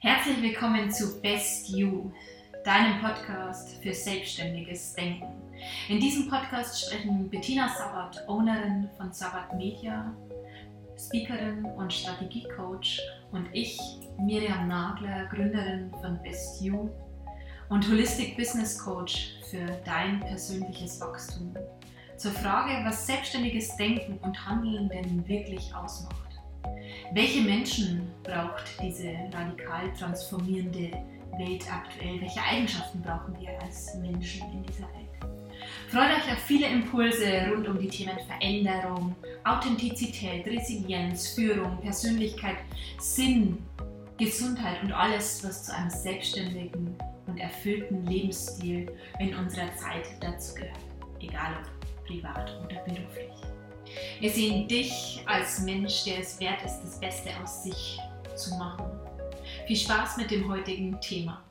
Herzlich willkommen zu Best You, deinem Podcast für selbstständiges Denken. In diesem Podcast sprechen Bettina Sabat, Ownerin von Sabat Media, Speakerin und Strategiecoach, und ich, Miriam Nagler, Gründerin von Best You und Holistic Business Coach für dein persönliches Wachstum, zur Frage, was selbstständiges Denken und Handeln denn wirklich ausmacht. Welche Menschen braucht diese radikal transformierende Welt aktuell? Welche Eigenschaften brauchen wir als Menschen in dieser Welt? Freut euch auf viele Impulse rund um die Themen Veränderung, Authentizität, Resilienz, Führung, Persönlichkeit, Sinn, Gesundheit und alles, was zu einem selbstständigen und erfüllten Lebensstil in unserer Zeit dazu gehört. Egal ob privat oder beruflich. Wir sehen dich als Mensch, der es wert ist, das Beste aus sich zu machen. Viel Spaß mit dem heutigen Thema.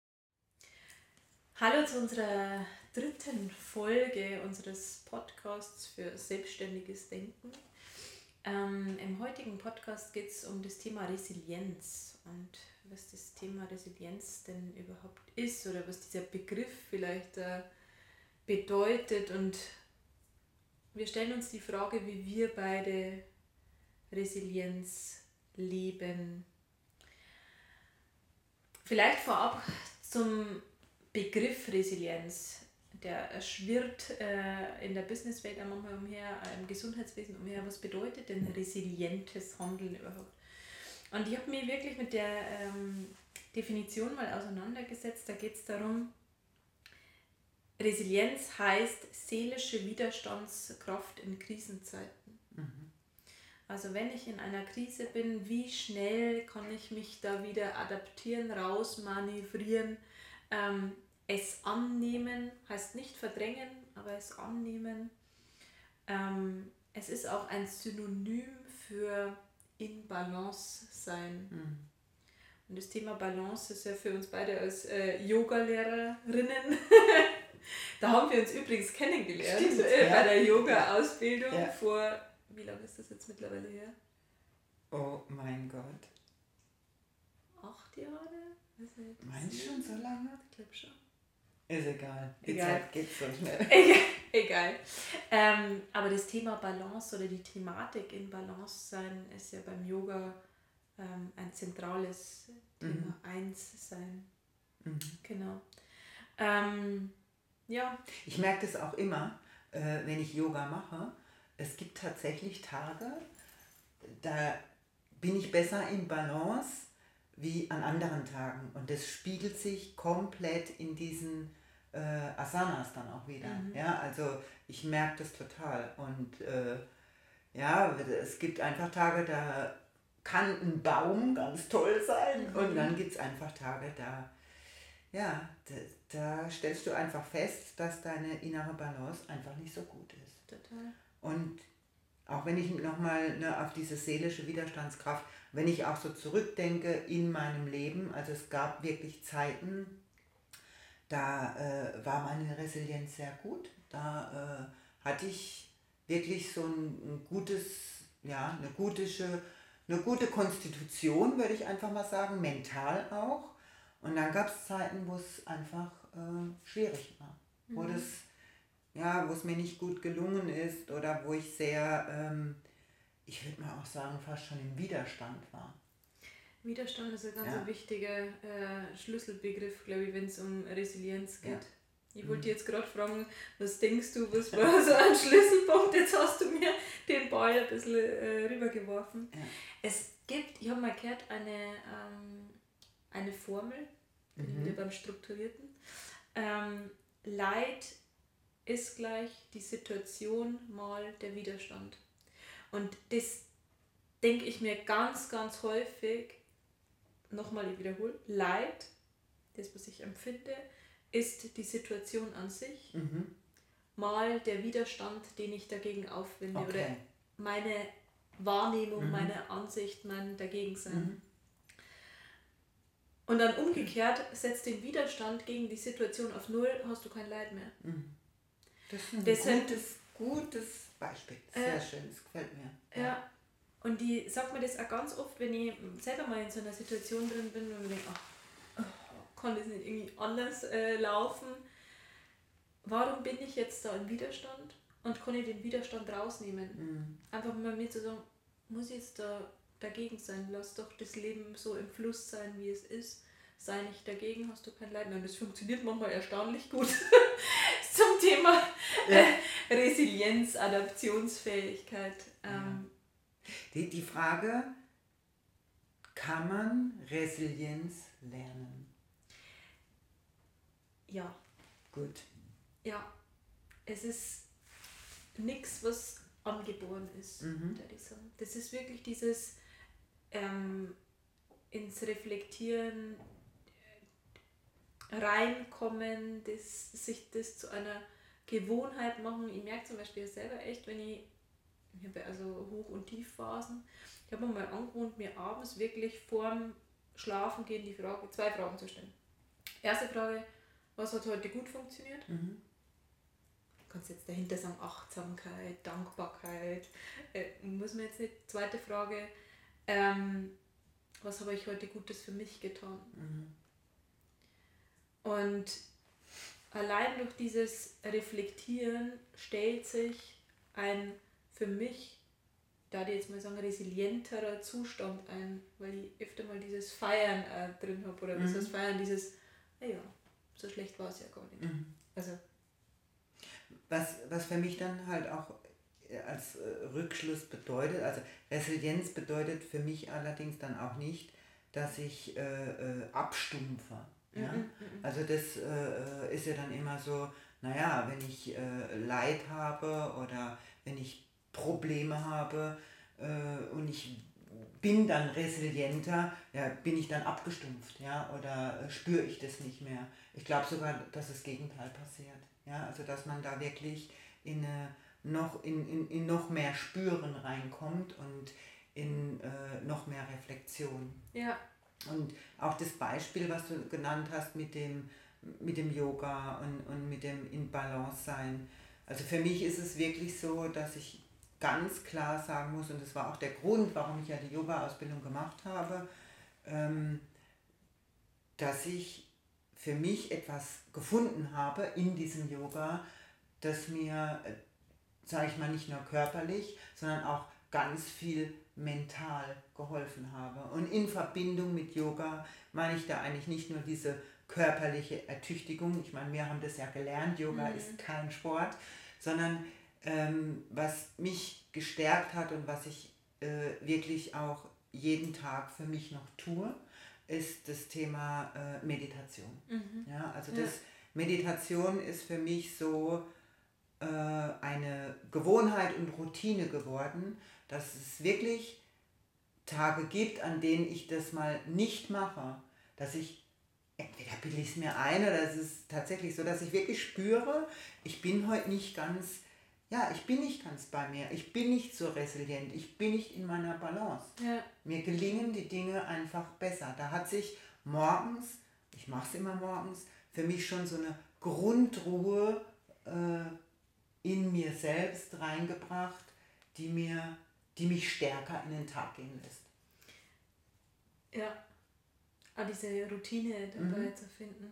Hallo zu unserer dritten Folge unseres Podcasts für selbstständiges Denken. Im heutigen Podcast geht es um das Thema Resilienz und was das Thema Resilienz denn überhaupt ist oder was dieser Begriff vielleicht bedeutet. Und wir stellen uns die Frage, wie wir beide Resilienz leben. Vielleicht vorab zum Begriff Resilienz. Der schwirrt in der Businesswelt manchmal umher, im Gesundheitswesen umher. Was bedeutet denn resilientes Handeln überhaupt? Und ich habe mich wirklich mit der Definition mal auseinandergesetzt. Da geht es darum, Resilienz heißt seelische Widerstandskraft in Krisenzeiten. Mhm. Also wenn ich in einer Krise bin, wie schnell kann ich mich da wieder adaptieren, rausmanövrieren, es annehmen, heißt nicht verdrängen, aber es annehmen. Es ist auch ein Synonym für in Balance sein. Mhm. Und das Thema Balance ist ja für uns beide als Yoga-Lehrerinnen. Da haben wir uns übrigens kennengelernt. Stimmt, bei der Yoga-Ausbildung vor, wie lange ist das jetzt mittlerweile her? Oh mein Gott. 8 Jahre? Meinst du schon so lange? Ich glaube schon. Ist egal. Die Zeit geht so schnell. Egal. Aber das Thema Balance oder die Thematik in Balance sein ist ja beim Yoga ein zentrales Thema. Eins sein. Mhm. Genau. Ja. Ich merke das auch immer, wenn ich Yoga mache. Es gibt tatsächlich Tage, da bin ich besser in Balance wie an anderen Tagen. Und das spiegelt sich komplett in diesen Asanas dann auch wieder. Mhm. Ja, also ich merke das total. Und es gibt einfach Tage, da kann ein Baum ganz toll sein. Mhm. Und dann gibt es einfach Tage, da stellst du einfach fest, dass deine innere Balance einfach nicht so gut ist. Total. Und auch wenn ich nochmal auf diese seelische Widerstandskraft, wenn ich auch so zurückdenke in meinem Leben, also es gab wirklich Zeiten, da war meine Resilienz sehr gut. Da hatte ich wirklich so ein gutes, eine gute Konstitution, würde ich einfach mal sagen, mental auch. Und dann gab es Zeiten, wo es einfach schwierig war, wo es mir nicht gut gelungen ist oder wo ich sehr, ich würde mal auch sagen, fast schon im Widerstand war. Widerstand ist ein ganz wichtiger Schlüsselbegriff, glaube ich, wenn es um Resilienz geht. Ja. Ich wollte jetzt gerade fragen, was denkst du, was war so ein Schlüsselpunkt? Jetzt hast du mir den Ball ein bisschen rübergeworfen. Ja. Es gibt, ich habe mal gehört, eine Formel, bin wieder beim Strukturierten. Leid ist gleich die Situation mal der Widerstand. Und das denke ich mir ganz, ganz häufig, nochmal, ich wiederhole, Leid, das, was ich empfinde, ist die Situation an sich, mal der Widerstand, den ich dagegen aufwende, oder meine Wahrnehmung, meine Ansicht, mein Dagegensein. Und dann umgekehrt, setzt den Widerstand gegen die Situation auf Null, hast du kein Leid mehr. Das ist ein gutes Beispiel. Sehr schön, das gefällt mir. Ja. Und ich sage mir das auch ganz oft, wenn ich selber mal in so einer Situation drin bin und mir denke, kann das nicht irgendwie anders laufen? Warum bin ich jetzt da im Widerstand und kann ich den Widerstand rausnehmen? Einfach mal mir zu sagen, muss ich jetzt da dagegen sein, lass doch das Leben so im Fluss sein, wie es ist. Sei nicht dagegen, hast du kein Leid mehr. Und das funktioniert manchmal erstaunlich gut zum Thema Resilienz, Adaptionsfähigkeit. Die Frage, kann man Resilienz lernen? Ja. Gut. Ja, es ist nichts, was angeboren ist, würde ich sagen. Das ist wirklich dieses ins Reflektieren reinkommen, sich das zu einer Gewohnheit machen. Ich merke zum Beispiel selber echt, wenn ich habe also Hoch- und Tiefphasen, ich habe mir mal angewohnt, mir abends wirklich vorm Schlafengehen zwei Fragen zu stellen. Erste Frage, was hat heute gut funktioniert? Du kannst jetzt dahinter sagen Achtsamkeit, Dankbarkeit, muss man jetzt nicht. Zweite Frage, was habe ich heute Gutes für mich getan? Und allein durch dieses Reflektieren stellt sich ein für mich, da die jetzt mal sagen, resilienterer Zustand ein, weil ich öfter mal dieses Feiern drin habe oder dieses Feiern, dieses, naja, so schlecht war es ja gar nicht. Also was für mich dann halt auch als Rückschluss bedeutet, also Resilienz bedeutet für mich allerdings dann auch nicht, dass ich abstumpfe. Ja? Also das ist ja dann immer so, naja, wenn ich Leid habe oder wenn ich Probleme habe und ich bin dann resilienter, ja, bin ich dann abgestumpft, ja, oder spüre ich das nicht mehr. Ich glaube sogar, dass das Gegenteil passiert. Ja, also dass man da wirklich in noch mehr Spüren reinkommt und in noch mehr Reflexion. ja. Und auch das Beispiel, was du genannt hast mit dem Yoga und mit dem in Balance sein. Also für mich ist es wirklich so, dass ich ganz klar sagen muss, und das war auch der Grund, warum ich ja die Yoga-Ausbildung gemacht habe, dass ich für mich etwas gefunden habe in diesem Yoga, das mir, sage ich mal, nicht nur körperlich, sondern auch ganz viel mental geholfen habe. Und in Verbindung mit Yoga meine ich da eigentlich nicht nur diese körperliche Ertüchtigung, ich meine, wir haben das ja gelernt, Yoga ist kein Sport, sondern was mich gestärkt hat und was ich wirklich auch jeden Tag für mich noch tue, ist das Thema Meditation. Ja, also Meditation ist für mich so eine Gewohnheit und Routine geworden, dass es wirklich Tage gibt, an denen ich das mal nicht mache, dass ich entweder bilde ich es mir ein oder es ist tatsächlich so, dass ich wirklich spüre, ich bin heute nicht ganz, ich bin nicht ganz bei mir, ich bin nicht so resilient, ich bin nicht in meiner Balance. Ja. Mir gelingen die Dinge einfach besser. Da hat sich morgens, ich mache es immer morgens, für mich schon so eine Grundruhe in mir selbst reingebracht, die mich stärker in den Tag gehen lässt. Ja, diese Routine dabei zu finden.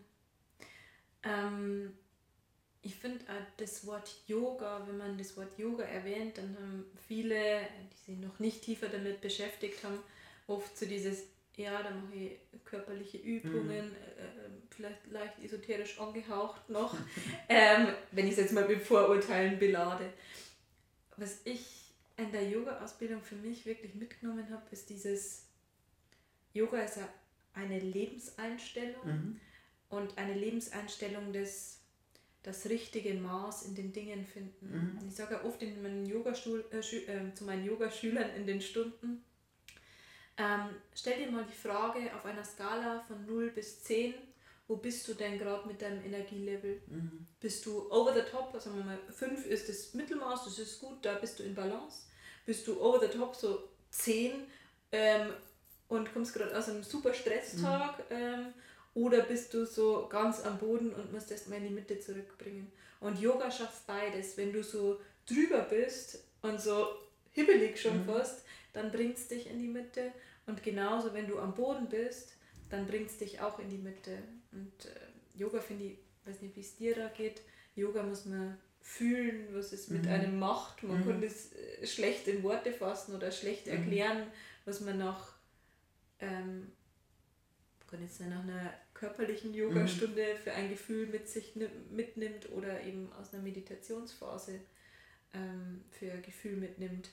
Ich finde das Wort Yoga, wenn man das Wort Yoga erwähnt, dann haben viele, die sich noch nicht tiefer damit beschäftigt haben, oft so dieses, ja, da mache ich körperliche Übungen, vielleicht leicht esoterisch angehaucht noch, wenn ich es jetzt mal mit Vorurteilen belade. Was ich in der Yoga-Ausbildung für mich wirklich mitgenommen habe, ist dieses, Yoga ist ja eine Lebenseinstellung und eine Lebenseinstellung das richtige Maß in den Dingen finden. Und ich sage ja oft in meinen zu meinen Yogaschülern in den Stunden, stell dir mal die Frage auf einer Skala von 0 bis 10, wo bist du denn gerade mit deinem Energielevel? Bist du over the top, also sagen wir mal 5 ist das Mittelmaß, das ist gut, da bist du in Balance. Bist du over the top, so 10 und kommst gerade aus einem super Stresstag, oder bist du so ganz am Boden und musst erstmal in die Mitte zurückbringen. Und Yoga schafft beides. Wenn du so drüber bist und so hibbelig schon fast, dann bringt es dich in die Mitte. Und genauso, wenn du am Boden bist, dann bringt es dich auch in die Mitte. Und Yoga finde ich, weiß nicht, wie es dir da geht, Yoga muss man fühlen, was es mit einem macht. Man kann das schlecht in Worte fassen oder schlecht erklären, was man nach kann jetzt sein, nach einer körperlichen Yogastunde für ein Gefühl mit sich mitnimmt oder eben aus einer Meditationsphase für ein Gefühl mitnimmt.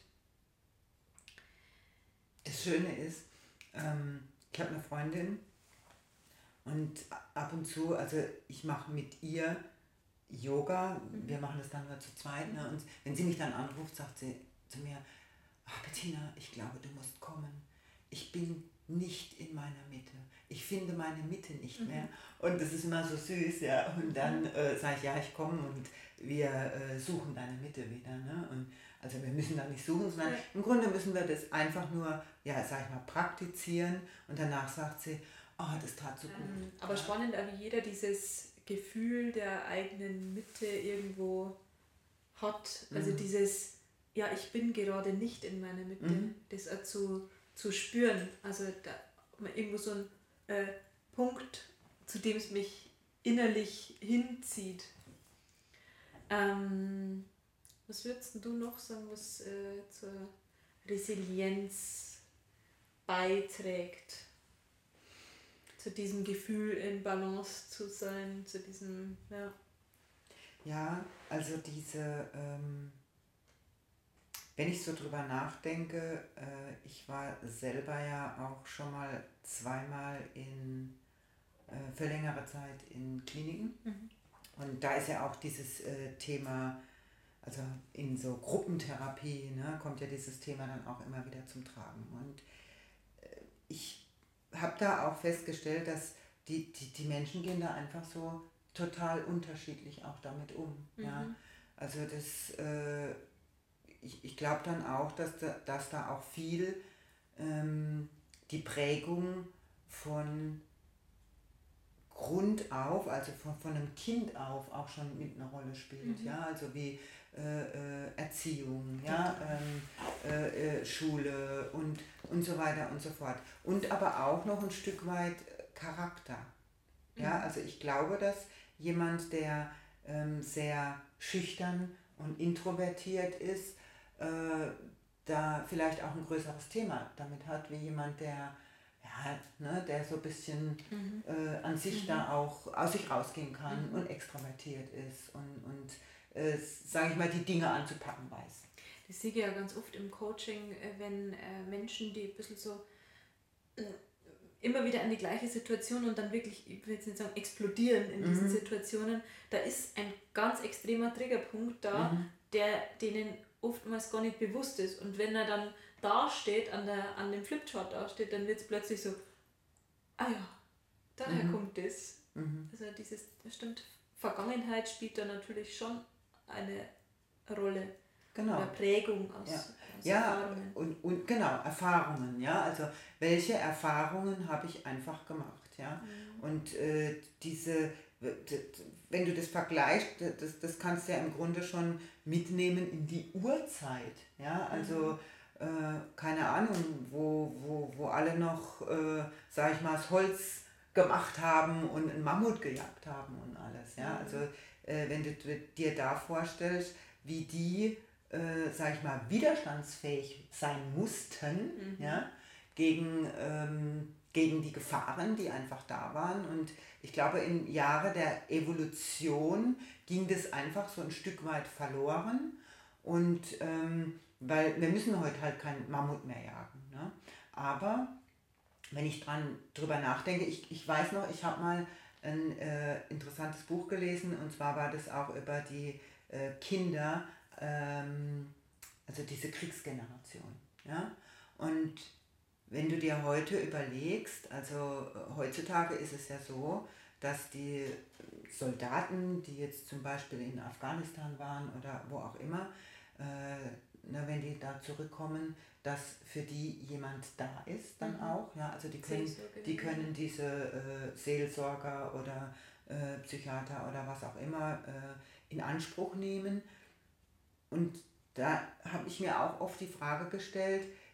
Das Schöne ist, ich habe eine Freundin und ab und zu, also ich mache mit ihr Yoga, wir machen das dann nur zu zweit, ne? Und wenn sie mich dann anruft, sagt sie zu mir, ach Bettina, ich glaube, du musst kommen. Ich bin nicht in meiner Mitte. Ich finde meine Mitte nicht mehr. Und das ist immer so süß, ja. Und dann sage ich, ja, ich komme und wir suchen deine Mitte wieder. Ne? Und also wir müssen da nicht suchen, sondern im Grunde müssen wir das einfach nur, ja, sag ich mal, praktizieren. Und danach sagt sie, oh, das tat so gut. Aber spannend, wie jeder dieses Gefühl der eigenen Mitte irgendwo hat. Also dieses, ja, ich bin gerade nicht in meiner Mitte. Das auch zu spüren. Also da irgendwo so ein Punkt, zu dem es mich innerlich hinzieht. Was würdest du noch sagen, was zur Resilienz beiträgt? Zu diesem Gefühl in Balance zu sein, zu diesem, ja. Ja, also diese, wenn ich so drüber nachdenke, ich war selber ja auch schon mal zweimal für längere Zeit in Kliniken. Und da ist ja auch dieses Thema, also in so Gruppentherapie, ne, kommt ja dieses Thema dann auch immer wieder zum Tragen. Und ich habe da auch festgestellt, dass die Menschen gehen da einfach so total unterschiedlich auch damit um. Ja? Also das, ich glaube dann auch, dass da auch viel die Prägung von Grund auf, also von einem Kind auf auch schon mit einer Rolle spielt. Ja? Also wie Erziehung, ja? Schule und so weiter und so fort. Und aber auch noch ein Stück weit Charakter. Ja? Also ich glaube, dass jemand, der sehr schüchtern und introvertiert ist, da vielleicht auch ein größeres Thema damit hat, wie jemand, der der so ein bisschen an sich da auch aus sich rausgehen kann und extrovertiert ist und sage ich mal, die Dinge anzupacken weiß. Das sehe ich ja ganz oft im Coaching, wenn Menschen, die ein bisschen so immer wieder an die gleiche Situation und dann wirklich, ich will jetzt nicht sagen, explodieren in diesen Situationen, da ist ein ganz extremer Triggerpunkt da, der denen oftmals gar nicht bewusst ist. Und wenn er dann dasteht, an dem Flipchart dasteht, dann wird es plötzlich so, ah ja, daher kommt das. Also das stimmt, Vergangenheit spielt da natürlich schon eine Rolle. Genau. Oder Prägung aus Erfahrungen. Und genau, Erfahrungen, ja, also welche Erfahrungen habe ich einfach gemacht, ja. Und wenn du das vergleichst, das kannst du ja im Grunde schon mitnehmen in die Urzeit, ja, also keine Ahnung, wo alle noch, sag ich mal, das Holz gemacht haben und einen Mammut gejagt haben und alles, ja, also wenn du dir da vorstellst, wie die, sag ich mal, widerstandsfähig sein mussten, ja, gegen die Gefahren, die einfach da waren. Und ich glaube, in Jahre der Evolution ging das einfach so ein Stück weit verloren. Und weil wir müssen heute halt kein Mammut mehr jagen. Ne? Aber wenn ich drüber nachdenke, ich weiß noch, ich habe mal ein interessantes Buch gelesen, und zwar war das auch über die Kinder, also diese Kriegsgeneration. Ja? Und wenn du dir heute überlegst, also heutzutage ist es ja so, dass die Soldaten, die jetzt zum Beispiel in Afghanistan waren oder wo auch immer, wenn die da zurückkommen, dass für die jemand da ist dann auch. Ja? Also die können diese Seelsorger oder Psychiater oder was auch immer in Anspruch nehmen. Und da habe ich mir auch oft die Frage gestellt,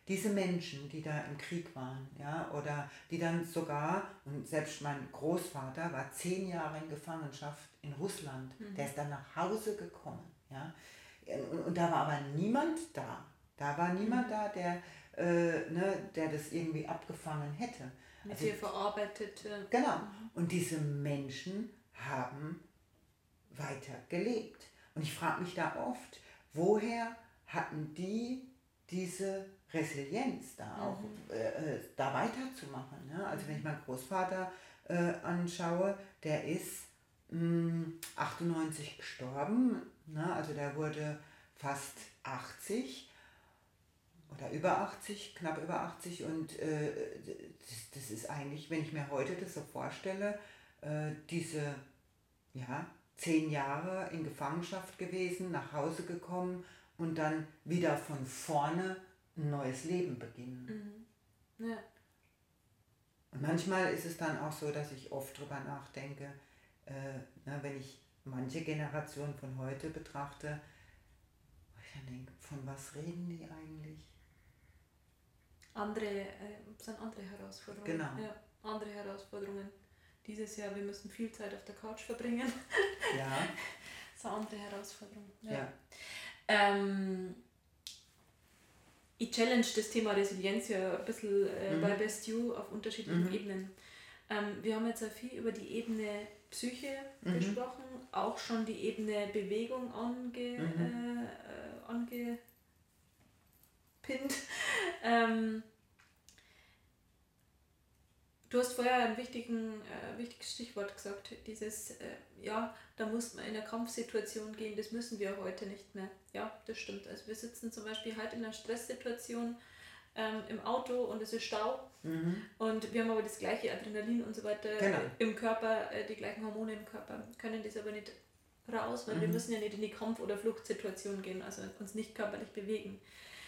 diese Menschen, die da im Krieg waren, ja, oder die dann sogar, und selbst mein Großvater war 10 Jahre in Gefangenschaft in Russland, der ist dann nach Hause gekommen, ja, und da war aber niemand da. Da war niemand da, der das irgendwie abgefangen hätte. Mit dir verarbeitet. Genau. Und diese Menschen haben weiter gelebt. Und ich frage mich da oft, woher hatten die diese Resilienz da auch da weiterzumachen. Ne? Also wenn ich meinen Großvater anschaue, der ist 98 gestorben, ne? Also der wurde fast 80 oder über 80, knapp über 80 und das ist eigentlich, wenn ich mir heute das so vorstelle, diese 10 Jahre in Gefangenschaft gewesen, nach Hause gekommen und dann wieder von vorne ein neues Leben beginnen. Ja. Und manchmal ist es dann auch so, dass ich oft drüber nachdenke, wenn ich manche Generationen von heute betrachte, wo ich dann denke, von was reden die eigentlich? Sind andere Herausforderungen. Genau. Ja, andere Herausforderungen. Dieses Jahr, wir müssen viel Zeit auf der Couch verbringen. Ja. Das ist eine andere Herausforderung. Ja. Ich challenge das Thema Resilienz ja ein bisschen bei Best You auf unterschiedlichen Ebenen. Wir haben jetzt ja viel über die Ebene Psyche gesprochen, auch schon die Ebene Bewegung angepinnt. Du hast vorher ein wichtiges Stichwort gesagt, dieses, da muss man in eine Kampfsituation gehen, das müssen wir heute nicht mehr. Ja, das stimmt. Also wir sitzen zum Beispiel halt in einer Stresssituation im Auto und es ist Stau und wir haben aber das gleiche Adrenalin und so weiter im Körper, die gleichen Hormone im Körper, können das aber nicht raus, weil wir müssen ja nicht in die Kampf- oder Fluchtsituation gehen, also uns nicht körperlich bewegen.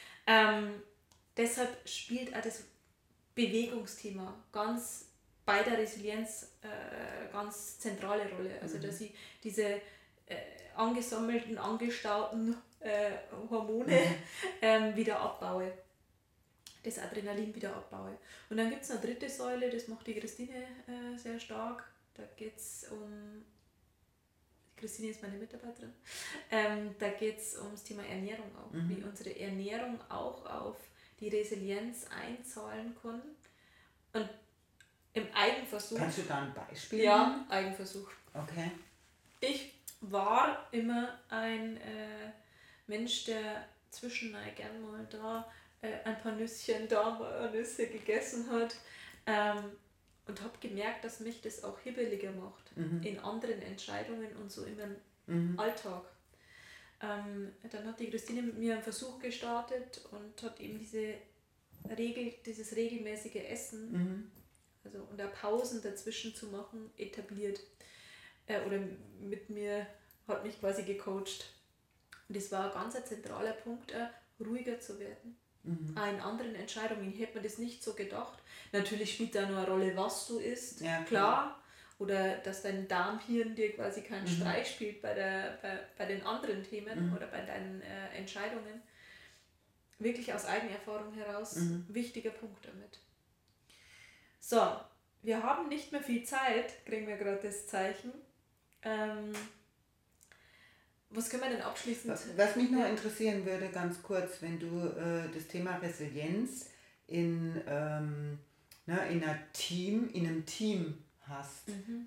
Deshalb spielt auch das Bewegungsthema bei der Resilienz ganz zentrale Rolle. Also dass ich diese angesammelten, angestauten Hormone wieder abbaue. Das Adrenalin wieder abbaue. Und dann gibt es eine dritte Säule, das macht die Christine sehr stark. Da geht es Christine ist meine Mitarbeiterin. Da geht es ums Thema Ernährung auch. Wie unsere Ernährung auch auf die Resilienz einzahlen kann. Und im Eigenversuch. Kannst du da ein Beispiel Ja, Eigenversuch. Okay. Ich war immer ein Mensch, der zwischendurch gern mal da ein paar Nüsschen, da mal Nüsse gegessen hat. Und habe gemerkt, dass mich das auch hibbeliger macht in anderen Entscheidungen und so im Alltag. Dann hat die Christine mit mir einen Versuch gestartet und hat eben dieses regelmäßige Essen und auch Pausen dazwischen zu machen, etabliert. Oder mit mir, hat mich quasi gecoacht. Und das war ein ganz zentraler Punkt, ruhiger zu werden. Auch in anderen Entscheidungen hätte man das nicht so gedacht. Natürlich spielt da nur eine Rolle, was du isst, klar. Oder dass dein Darmhirn dir quasi keinen Streich spielt bei den anderen Themen oder bei deinen Entscheidungen. Wirklich aus Eigenerfahrung heraus, wichtiger Punkt damit. So, wir haben nicht mehr viel Zeit, kriegen wir gerade das Zeichen. Was können wir denn abschließend... Was mich noch interessieren würde, ganz kurz, wenn du das Thema Resilienz in einem Team hast,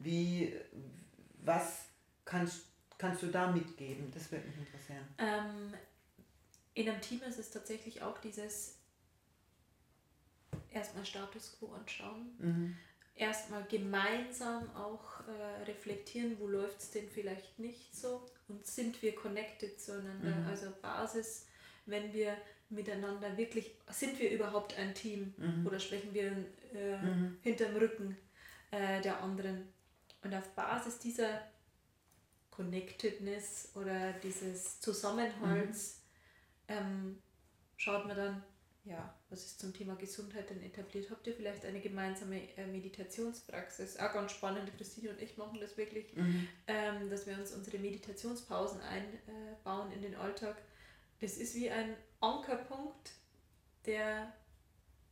was kannst du da mitgeben? Das würde mich interessieren. In einem Team ist es tatsächlich auch dieses erstmal Status Quo anschauen, erstmal gemeinsam auch reflektieren, wo läuft es denn vielleicht nicht so und sind wir connected zueinander, also Basis, wenn wir miteinander wirklich, sind wir überhaupt ein Team oder sprechen wir hinterm Rücken der anderen und auf Basis dieser Connectedness oder dieses Zusammenhalts schaut man dann, was ist zum Thema Gesundheit denn etabliert? Habt ihr vielleicht eine gemeinsame Meditationspraxis? Auch ganz spannend, Christine und ich machen das wirklich, dass wir uns unsere Meditationspausen einbauen in den Alltag. Das ist wie ein Ankerpunkt, der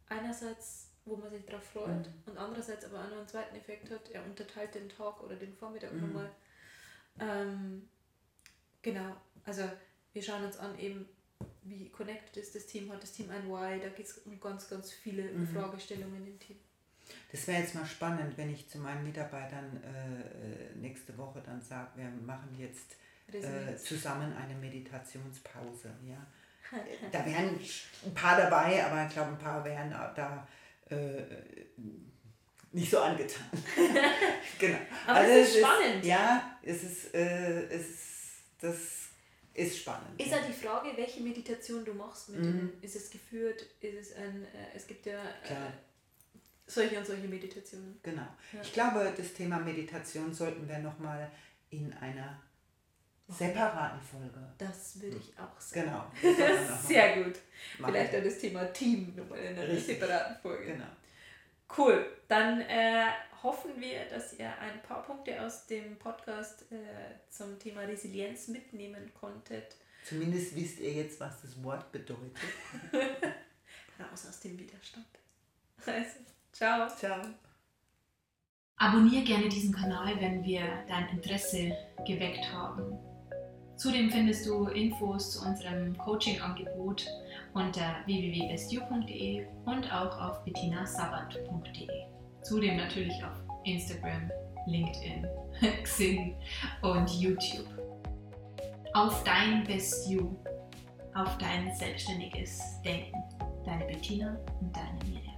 einerseits, wo man sich drauf freut und andererseits aber auch noch einen zweiten Effekt hat, er unterteilt den Tag oder den Vormittag nochmal. Genau, also wir schauen uns an eben, wie connected ist das Team, hat das Team ein Why, da geht es um ganz, ganz viele Fragestellungen im Team. Das wäre jetzt mal spannend, wenn ich zu meinen Mitarbeitern nächste Woche dann sage, wir machen jetzt zusammen eine Meditationspause. Ja? Da wären ein paar dabei, aber ich glaube, ein paar wären da nicht so angetan. Genau. Aber also das ist spannend. Das ist spannend. Ist ja die Frage, welche Meditation du machst mit denen. Ist es geführt? Ist es es gibt ja solche und solche Meditationen. Genau. Ja. Ich glaube, das Thema Meditation sollten wir nochmal in einer separaten Folge. Das würde ich auch sagen. Genau. Sehr gut. Vielleicht auch das Thema Team nochmal in einer separaten Folge. Genau. Cool. Dann hoffen wir, dass ihr ein paar Punkte aus dem Podcast zum Thema Resilienz mitnehmen konntet. Zumindest wisst ihr jetzt, was das Wort bedeutet. Raus aus dem Widerstand. Also, ciao. Ciao. Abonniere gerne diesen Kanal, wenn wir dein Interesse geweckt haben. Zudem findest du Infos zu unserem Coaching-Angebot unter www.bestyou.de und auch auf bettinasabat.de. Zudem natürlich auf Instagram, LinkedIn, Xing und YouTube. Auf dein Best You, auf dein selbstständiges Denken. Deine Bettina und deine Miriam.